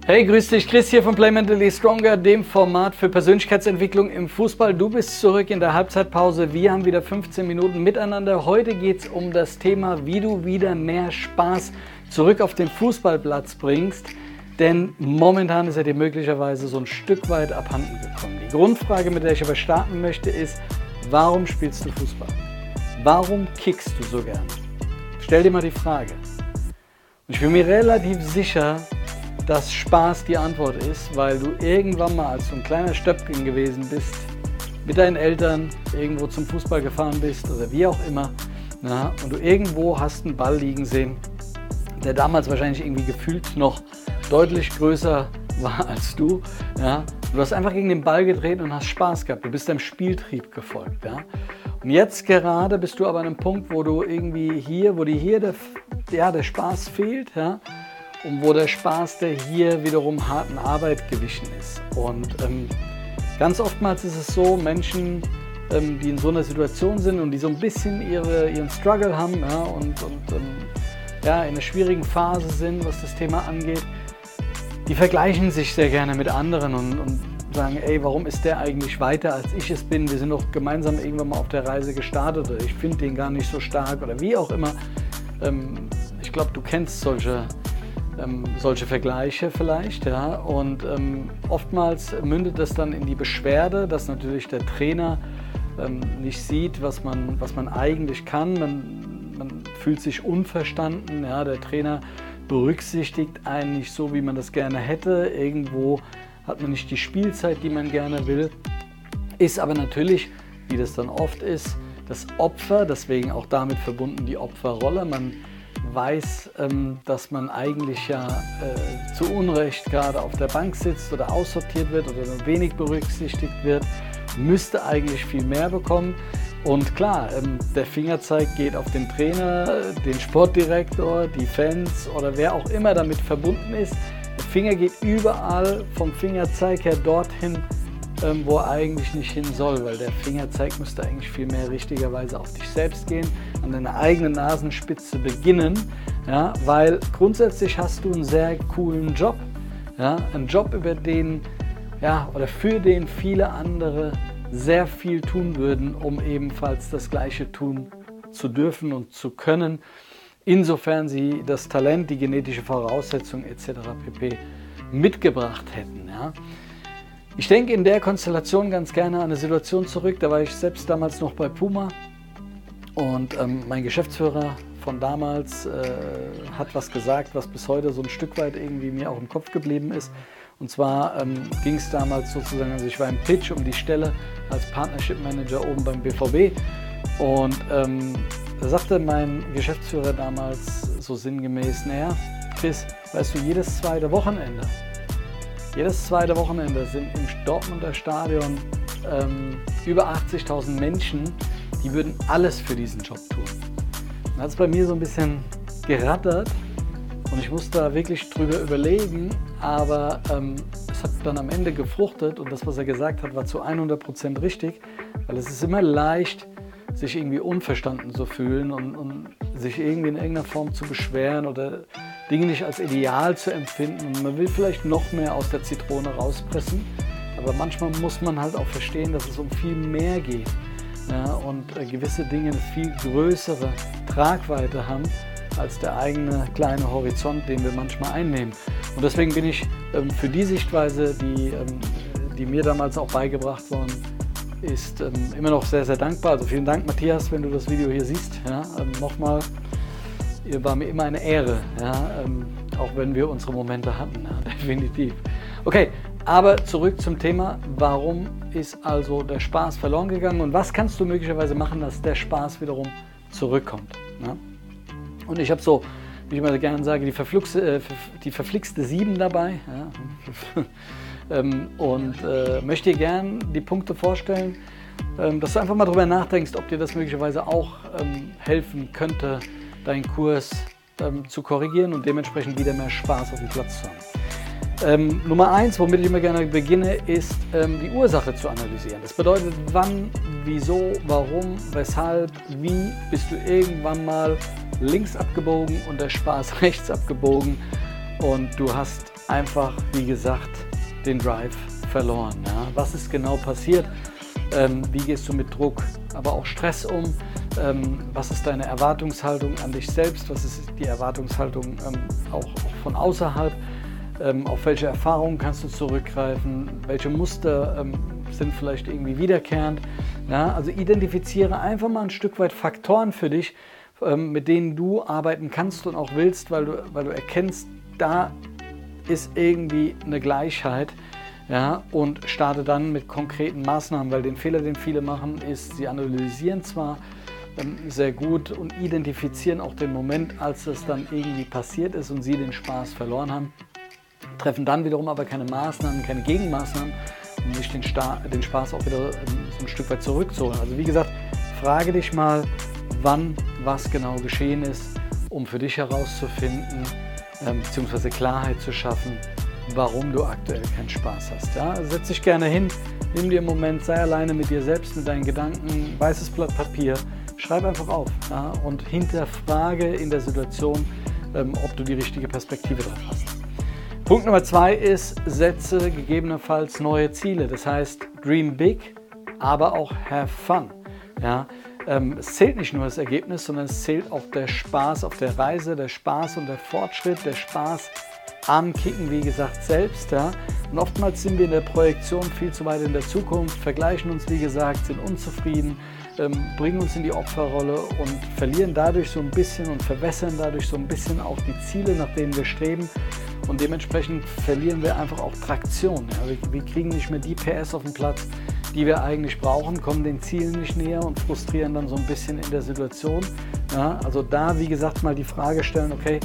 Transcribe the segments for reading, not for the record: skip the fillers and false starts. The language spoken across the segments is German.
Hey, grüß dich, Chris hier von Play Mentally Stronger, dem Format für Persönlichkeitsentwicklung im Fußball. Du bist zurück in der Halbzeitpause. Wir haben wieder 15 Minuten miteinander. Heute geht es um das Thema, wie du wieder mehr Spaß zurück auf den Fußballplatz bringst. Denn momentan ist er dir möglicherweise so ein Stück weit abhanden gekommen. Die Grundfrage, mit der ich aber starten möchte, ist, warum spielst du Fußball? Warum kickst du so gern? Stell dir mal die Frage. Und ich bin mir relativ sicher, dass Spaß die Antwort ist, weil du irgendwann mal als so ein kleiner Stöpken gewesen bist, mit deinen Eltern irgendwo zum Fußball gefahren bist oder wie auch immer, na, und du irgendwo hast einen Ball liegen sehen, der damals wahrscheinlich irgendwie gefühlt noch deutlich größer war als du. Ja. Du hast einfach gegen den Ball gedreht und hast Spaß gehabt. Du bist deinem Spieltrieb gefolgt. Ja. Und jetzt gerade bist du aber an einem Punkt, wo du irgendwie hier, wo dir hier der Spaß fehlt, ja, und wo der Spaß der hier wiederum harten Arbeit gewichen ist. Und ganz oftmals ist es so, Menschen, die in so einer Situation sind und die so ein bisschen ihren Struggle haben, ja, und in einer schwierigen Phase sind, was das Thema angeht, die vergleichen sich sehr gerne mit anderen und sagen, ey, warum ist der eigentlich weiter, als ich es bin? Wir sind doch gemeinsam irgendwann mal auf der Reise gestartet oder ich finde den gar nicht so stark oder wie auch immer. Ich glaube, du kennst solche Vergleiche vielleicht, ja, und oftmals mündet das dann in die Beschwerde, dass natürlich der Trainer nicht sieht, was man eigentlich kann. Man fühlt sich unverstanden, ja, der Trainer berücksichtigt einen nicht so, wie man das gerne hätte. Irgendwo hat man nicht die Spielzeit, die man gerne will, ist aber natürlich, wie das dann oft ist, das Opfer, deswegen auch damit verbunden die Opferrolle. Man weiß, dass man eigentlich ja zu Unrecht gerade auf der Bank sitzt oder aussortiert wird oder nur wenig berücksichtigt wird, müsste eigentlich viel mehr bekommen. Und klar, der Fingerzeig geht auf den Trainer, den Sportdirektor, die Fans oder wer auch immer damit verbunden ist. Der Finger geht überall vom Fingerzeig her dorthin, wo er eigentlich nicht hin soll, weil der Fingerzeig müsste eigentlich viel mehr richtigerweise auf dich selbst gehen, an deiner eigenen Nasenspitze beginnen, ja, weil grundsätzlich hast du einen sehr coolen Job, ja, einen Job, über den, ja, oder für den viele andere sehr viel tun würden, um ebenfalls das Gleiche tun zu dürfen und zu können, insofern sie das Talent, die genetische Voraussetzung etc. pp. Mitgebracht hätten. Ja. Ich denke in der Konstellation ganz gerne an eine Situation zurück, da war ich selbst damals noch bei Puma und mein Geschäftsführer von damals hat was gesagt, was bis heute so ein Stück weit irgendwie mir auch im Kopf geblieben ist. Und zwar ging es damals sozusagen, also ich war im Pitch um die Stelle als Partnership Manager oben beim BVB und da sagte mein Geschäftsführer damals so sinngemäß, naja, Chris, weißt du, jedes zweite Wochenende sind im Dortmunder Stadion über 80.000 Menschen, die würden alles für diesen Job tun. Dann hat es bei mir so ein bisschen gerattert und ich musste da wirklich drüber überlegen, aber es hat dann am Ende gefruchtet und das, was er gesagt hat, war zu 100% richtig, weil es ist immer leicht, sich irgendwie unverstanden zu fühlen und sich irgendwie in irgendeiner Form zu beschweren oder Dinge nicht als ideal zu empfinden und man will vielleicht noch mehr aus der Zitrone rauspressen, aber manchmal muss man halt auch verstehen, dass es um viel mehr geht, ja, und gewisse Dinge eine viel größere Tragweite haben als der eigene kleine Horizont, den wir manchmal einnehmen. Und deswegen bin ich für die Sichtweise, die mir damals auch beigebracht worden ist, immer noch sehr, sehr dankbar. Also vielen Dank, Matthias, wenn du das Video hier siehst. Ja, nochmal, ihr war mir immer eine Ehre, ja, auch wenn wir unsere Momente hatten, ja, definitiv. Okay, aber zurück zum Thema, warum ist also der Spaß verloren gegangen und was kannst du möglicherweise machen, dass der Spaß wiederum zurückkommt. Ja? Und ich habe so, wie ich immer gerne sage, die verflixte 7 dabei, ja? Und möchte dir gern die Punkte vorstellen, dass du einfach mal drüber nachdenkst, ob dir das möglicherweise auch helfen könnte, deinen Kurs zu korrigieren und dementsprechend wieder mehr Spaß auf dem Platz zu haben. Nummer 1, womit ich immer gerne beginne, ist die Ursache zu analysieren. Das bedeutet, wann, wieso, warum, weshalb, wie bist du irgendwann mal links abgebogen und der Spaß rechts abgebogen und du hast einfach, wie gesagt, den Drive verloren. Ja? Was ist genau passiert? Wie gehst du mit Druck, aber auch Stress um? Was ist deine Erwartungshaltung an dich selbst? Was ist die Erwartungshaltung auch von außerhalb? Auf welche Erfahrungen kannst du zurückgreifen? Welche Muster sind vielleicht irgendwie wiederkehrend? Ja, also identifiziere einfach mal ein Stück weit Faktoren für dich, mit denen du arbeiten kannst und auch willst, weil du erkennst, da ist irgendwie eine Gleichheit. Ja, und starte dann mit konkreten Maßnahmen, weil den Fehler, den viele machen, ist, sie analysieren zwar sehr gut und identifizieren auch den Moment, als es dann irgendwie passiert ist und sie den Spaß verloren haben, treffen dann wiederum aber keine Maßnahmen, keine Gegenmaßnahmen, um sich den Spaß auch wieder so ein Stück weit zurückzuholen. Also wie gesagt, frage dich mal, wann was genau geschehen ist, um für dich herauszufinden, beziehungsweise Klarheit zu schaffen, warum du aktuell keinen Spaß hast. Ja? Also setz dich gerne hin, nimm dir einen Moment, sei alleine mit dir selbst, mit deinen Gedanken, weißes Blatt Papier, schreib einfach auf, ja? Und hinterfrage in der Situation, ob du die richtige Perspektive drauf hast. Punkt Nummer 2 ist, setze gegebenenfalls neue Ziele. Das heißt, dream big, aber auch have fun. Ja? Es zählt nicht nur das Ergebnis, sondern es zählt auch der Spaß auf der Reise, der Spaß und der Fortschritt, der Spaß am Kicken, wie gesagt, selbst. Ja? Und oftmals sind wir in der Projektion viel zu weit in der Zukunft, vergleichen uns, wie gesagt, sind unzufrieden, bringen uns in die Opferrolle und verlieren dadurch so ein bisschen und verwässern dadurch so ein bisschen auch die Ziele, nach denen wir streben. Und dementsprechend verlieren wir einfach auch Traktion. Ja? Wir kriegen nicht mehr die PS auf den Platz, die wir eigentlich brauchen, kommen den Zielen nicht näher und frustrieren dann so ein bisschen in der Situation. Ja? Also da, wie gesagt, mal die Frage stellen, okay,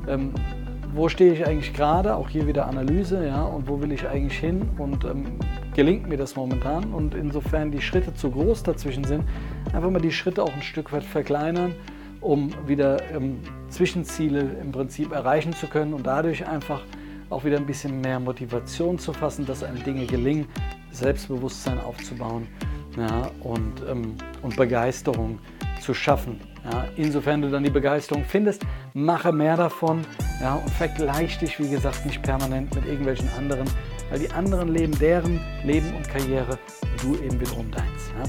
wo stehe ich eigentlich gerade, auch hier wieder Analyse, ja, und wo will ich eigentlich hin und gelingt mir das momentan, und insofern die Schritte zu groß dazwischen sind, einfach mal die Schritte auch ein Stück weit verkleinern, um wieder Zwischenziele im Prinzip erreichen zu können und dadurch einfach auch wieder ein bisschen mehr Motivation zu fassen, dass einem Dinge gelingen, Selbstbewusstsein aufzubauen, ja, und Begeisterung zu schaffen. Ja, insofern du dann die Begeisterung findest, mache mehr davon, ja, und vergleich dich, wie gesagt, nicht permanent mit irgendwelchen anderen, weil die anderen leben deren Leben und Karriere, du eben wiederum deins. Ja.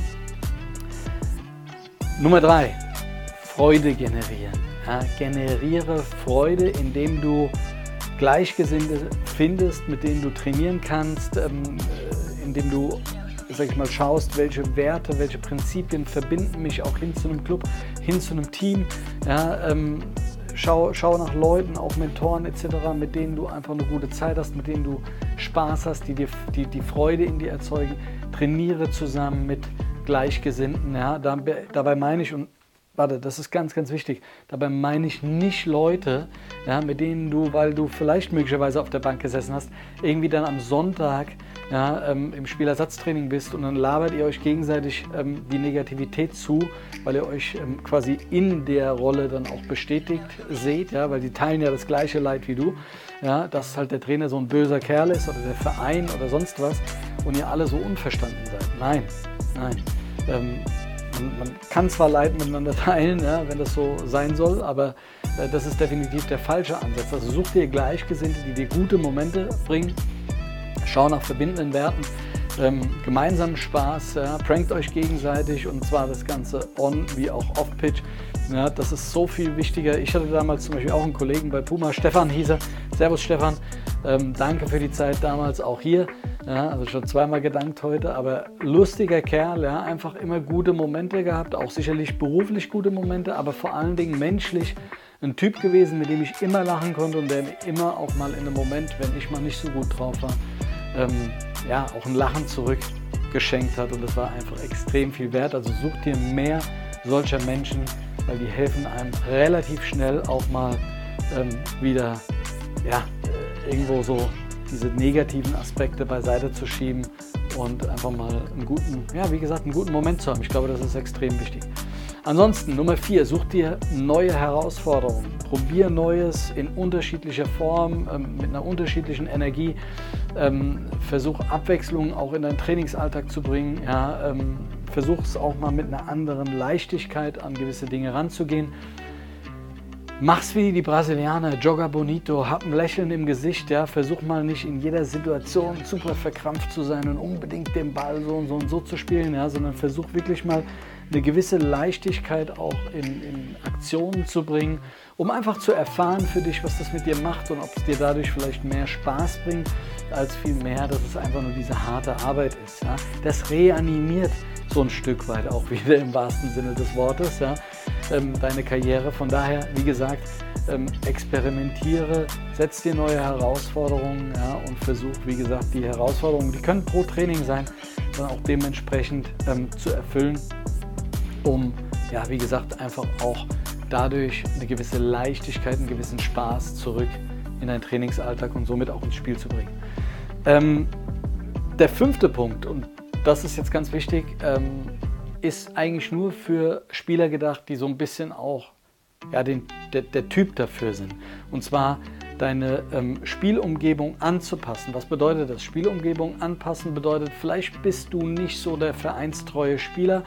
Nummer 3, Freude generieren. Ja, generiere Freude, indem du Gleichgesinnte findest, mit denen du trainieren kannst, indem du, sag ich mal, schaust, welche Werte, welche Prinzipien verbinden mich auch hin zu einem Club, hin zu einem Team. Ja, schau nach Leuten, auch Mentoren etc., mit denen du einfach eine gute Zeit hast, mit denen du Spaß hast, die Freude in dir erzeugen. Trainiere zusammen mit Gleichgesinnten. Ja, dabei meine ich, und warte, das ist ganz, ganz wichtig, dabei meine ich nicht Leute, ja, mit denen du, weil du vielleicht möglicherweise auf der Bank gesessen hast, irgendwie dann am Sonntag, ja, im Spielersatztraining bist und dann labert ihr euch gegenseitig die Negativität zu, weil ihr euch quasi in der Rolle dann auch bestätigt seht, ja, weil die teilen ja das gleiche Leid wie du, ja, dass halt der Trainer so ein böser Kerl ist oder der Verein oder sonst was und ihr alle so unverstanden seid. Nein, nein. Man kann zwar Leid miteinander teilen, ja, wenn das so sein soll, aber das ist definitiv der falsche Ansatz. Also such dir Gleichgesinnte, die dir gute Momente bringen, schau nach verbindenden Werten, gemeinsamen Spaß, ja, prankt euch gegenseitig, und zwar das Ganze on wie auch off-pitch. Ja, das ist so viel wichtiger. Ich hatte damals zum Beispiel auch einen Kollegen bei Puma, Stefan hieß er. Servus Stefan, danke für die Zeit damals auch hier. Ja, also schon zweimal gedankt heute, aber lustiger Kerl, ja, einfach immer gute Momente gehabt, auch sicherlich beruflich gute Momente, aber vor allen Dingen menschlich ein Typ gewesen, mit dem ich immer lachen konnte und der mir immer auch mal in einem Moment, wenn ich mal nicht so gut drauf war, ja, auch ein Lachen zurückgeschenkt hat, und das war einfach extrem viel wert. Also such dir mehr solcher Menschen, weil die helfen einem relativ schnell auch mal wieder, ja, irgendwo so diese negativen Aspekte beiseite zu schieben und einfach mal einen guten, ja, wie gesagt, einen guten Moment zu haben. Ich glaube, das ist extrem wichtig. Ansonsten, Nummer 4, such dir neue Herausforderungen. Probier Neues in unterschiedlicher Form, mit einer unterschiedlichen Energie. Versuch Abwechslung auch in deinen Trainingsalltag zu bringen. Ja, versuch es auch mal mit einer anderen Leichtigkeit an gewisse Dinge ranzugehen. Mach's wie die Brasilianer, Joga bonito, hab ein Lächeln im Gesicht, ja, versuch mal nicht in jeder Situation super verkrampft zu sein und unbedingt den Ball so und so und so zu spielen, ja, sondern versuch wirklich mal eine gewisse Leichtigkeit auch in Aktionen zu bringen, um einfach zu erfahren für dich, was das mit dir macht und ob es dir dadurch vielleicht mehr Spaß bringt, als vielmehr, dass es einfach nur diese harte Arbeit ist. Ja. Das reanimiert so ein Stück weit auch wieder im wahrsten Sinne des Wortes, ja, deine Karriere. Von daher, wie gesagt, experimentiere, setz dir neue Herausforderungen, ja, und versuch, wie gesagt, die Herausforderungen, die können pro Training sein, dann auch dementsprechend zu erfüllen, um, ja, wie gesagt, einfach auch dadurch eine gewisse Leichtigkeit, einen gewissen Spaß zurück in deinen Trainingsalltag und somit auch ins Spiel zu bringen. Der 5. Punkt, und das ist jetzt ganz wichtig, ist eigentlich nur für Spieler gedacht, die so ein bisschen auch, ja, der Typ dafür sind. Und zwar deine Spielumgebung anzupassen. Was bedeutet das? Spielumgebung anpassen bedeutet, vielleicht bist du nicht so der vereinstreue Spieler.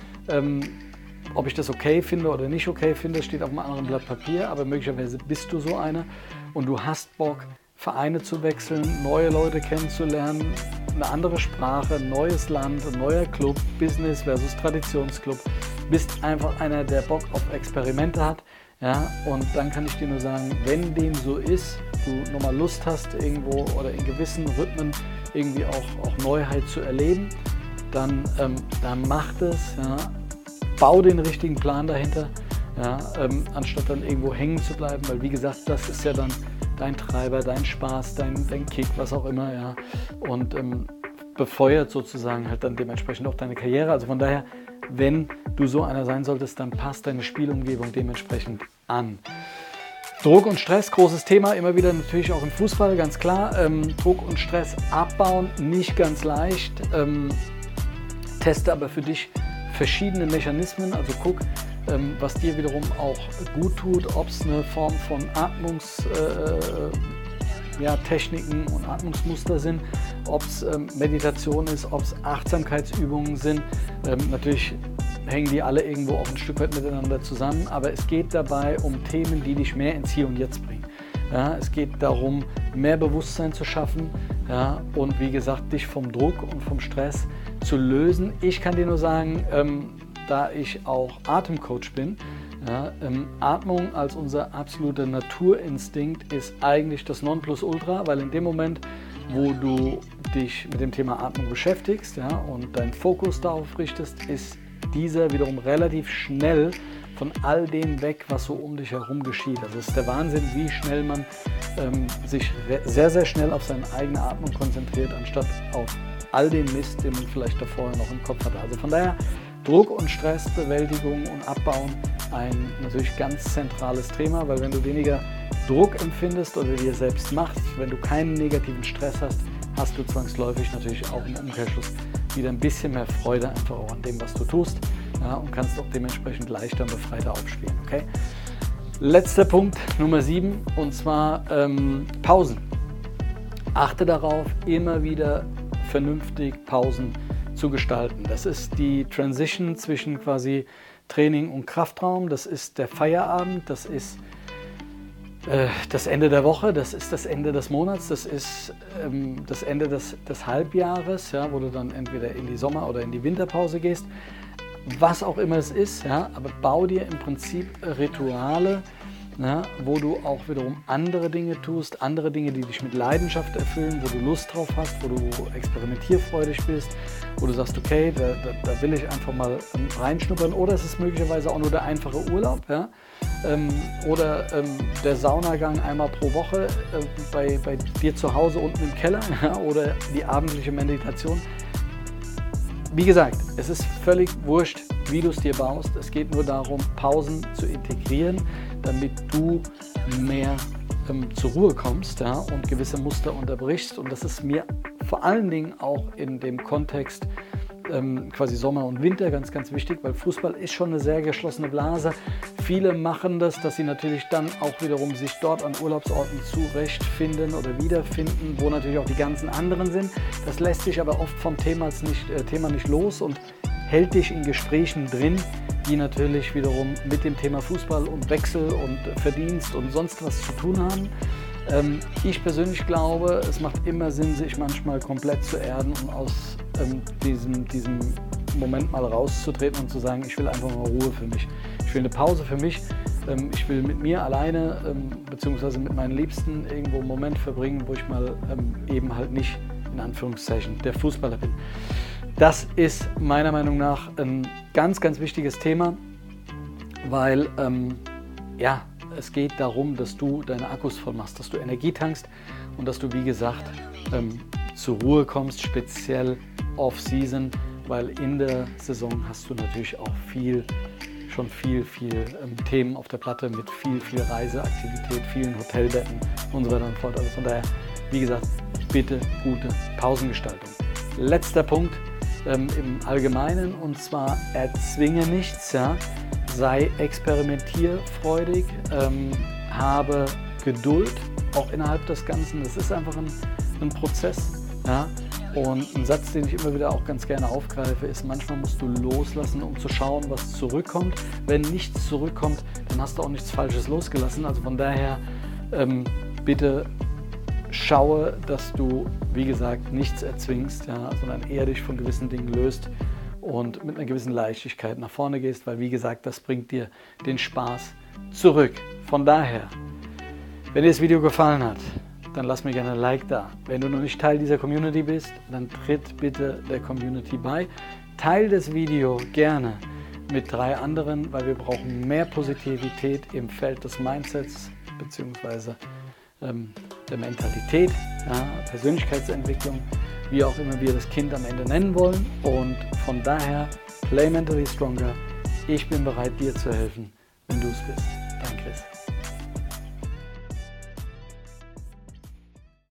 Ob ich das okay finde oder nicht okay finde, steht auf einem anderen Blatt Papier, aber möglicherweise bist du so einer und du hast Bock, Vereine zu wechseln, neue Leute kennenzulernen, eine andere Sprache, ein neues Land, ein neuer Club, Business versus Traditionsclub. Bist einfach einer, der Bock auf Experimente hat. Ja, und dann kann ich dir nur sagen, wenn dem so ist, du nochmal Lust hast, irgendwo oder in gewissen Rhythmen irgendwie auch Neuheit zu erleben, dann mach das. Ja. Bau den richtigen Plan dahinter, ja, anstatt dann irgendwo hängen zu bleiben, weil wie gesagt, das ist ja dann dein Treiber, dein Spaß, dein Kick, was auch immer, ja, und befeuert sozusagen halt dann dementsprechend auch deine Karriere. Also von daher, wenn du so einer sein solltest, dann passt deine Spielumgebung dementsprechend an. Druck und Stress, großes Thema, immer wieder natürlich auch im Fußball, ganz klar. Druck und Stress abbauen, nicht ganz leicht. Teste aber für dich verschiedene Mechanismen, also guck, was dir wiederum auch gut tut, ob es eine Form von Atmungstechniken und Atmungsmuster sind, ob es Meditation ist, ob es Achtsamkeitsübungen sind. Natürlich hängen die alle irgendwo auch ein Stück weit miteinander zusammen, aber es geht dabei um Themen, die dich mehr ins Hier und Jetzt bringen. Ja, es geht darum, mehr Bewusstsein zu schaffen, ja, und wie gesagt, dich vom Druck und vom Stress zu lösen. Ich kann dir nur sagen, da ich auch Atemcoach bin, ja, Atmung als unser absoluter Naturinstinkt ist eigentlich das Nonplusultra, weil in dem Moment, wo du dich mit dem Thema Atmung beschäftigst, ja, und deinen Fokus darauf richtest, ist dieser wiederum relativ schnell von all dem weg, was so um dich herum geschieht. Also es ist der Wahnsinn, wie schnell man sich sehr, sehr schnell auf seine eigene Atmung konzentriert, anstatt auf all den Mist, den man vielleicht davor noch im Kopf hatte. Also von daher Druck und Stressbewältigung und Abbauen ein natürlich ganz zentrales Thema, weil wenn du weniger Druck empfindest oder dir selbst machst, wenn du keinen negativen Stress hast, hast du zwangsläufig natürlich auch im Umkehrschluss wieder ein bisschen mehr Freude einfach auch an dem, was du tust, ja, und kannst auch dementsprechend leichter und befreiter aufspielen. Okay? Letzter Punkt, Nummer 7, und zwar Pausen. Achte darauf, immer wieder vernünftig Pausen zu gestalten. Das ist die Transition zwischen quasi Training und Kraftraum, das ist der Feierabend, das ist das Ende der Woche, das ist das Ende des Monats, das ist das Ende des Halbjahres, ja, wo du dann entweder in die Sommer- oder in die Winterpause gehst. Was auch immer es ist, ja, aber bau dir im Prinzip Rituale, ja, wo du auch wiederum andere Dinge tust, andere Dinge, die dich mit Leidenschaft erfüllen, wo du Lust drauf hast, wo du experimentierfreudig bist, wo du sagst, okay, da will ich einfach mal reinschnuppern, oder es ist möglicherweise auch nur der einfache Urlaub, ja, oder der Saunagang einmal pro Woche bei dir zu Hause unten im Keller, ja, oder die abendliche Meditation. Wie gesagt, es ist völlig wurscht, wie du es dir baust. Es geht nur darum, Pausen zu integrieren, damit du mehr zur Ruhe kommst, ja, und gewisse Muster unterbrichst. Und das ist mir vor allen Dingen auch in dem Kontext quasi Sommer und Winter ganz, ganz wichtig, weil Fußball ist schon eine sehr geschlossene Blase. Viele machen das, dass sie natürlich dann auch wiederum sich dort an Urlaubsorten zurechtfinden oder wiederfinden, wo natürlich auch die ganzen anderen sind. Das lässt sich aber oft vom Thema nicht los und hält dich in Gesprächen drin, die natürlich wiederum mit dem Thema Fußball und Wechsel und Verdienst und sonst was zu tun haben. Ich persönlich glaube, es macht immer Sinn, sich manchmal komplett zu erden und aus diesem Moment mal rauszutreten und zu sagen, ich will einfach mal Ruhe für mich. Ich will eine Pause für mich. Ich will mit mir alleine beziehungsweise mit meinen Liebsten irgendwo einen Moment verbringen, wo ich mal eben halt nicht in Anführungszeichen der Fußballer bin. Das ist meiner Meinung nach ein ganz, ganz wichtiges Thema, weil ja, es geht darum, dass du deine Akkus voll machst, dass du Energie tankst und dass du, wie gesagt, zur Ruhe kommst, speziell Off-Season, weil in der Saison hast du natürlich auch schon viel Themen auf der Platte mit viel Reiseaktivität, vielen Hotelbetten und so weiter und so fort. Also von daher, wie gesagt, bitte gute Pausengestaltung. Letzter Punkt im Allgemeinen, und zwar erzwinge nichts, ja? Sei experimentierfreudig, habe Geduld, auch innerhalb des Ganzen. Das ist einfach ein Prozess. Ja? Und ein Satz, den ich immer wieder auch ganz gerne aufgreife, ist, manchmal musst du loslassen, um zu schauen, was zurückkommt. Wenn nichts zurückkommt, dann hast du auch nichts Falsches losgelassen. Also von daher bitte schaue, dass du, wie gesagt, nichts erzwingst, ja, sondern eher dich von gewissen Dingen löst und mit einer gewissen Leichtigkeit nach vorne gehst, weil, wie gesagt, das bringt dir den Spaß zurück. Von daher, wenn dir das Video gefallen hat, dann lass mir gerne ein Like da. Wenn du noch nicht Teil dieser Community bist, dann tritt bitte der Community bei. Teil das Video gerne mit 3 anderen, weil wir brauchen mehr Positivität im Feld des Mindsets bzw. der Mentalität, ja, Persönlichkeitsentwicklung, wie auch immer wir das Kind am Ende nennen wollen. Und von daher, play mentally stronger. Ich bin bereit, dir zu helfen, wenn du es bist. Dein Chris.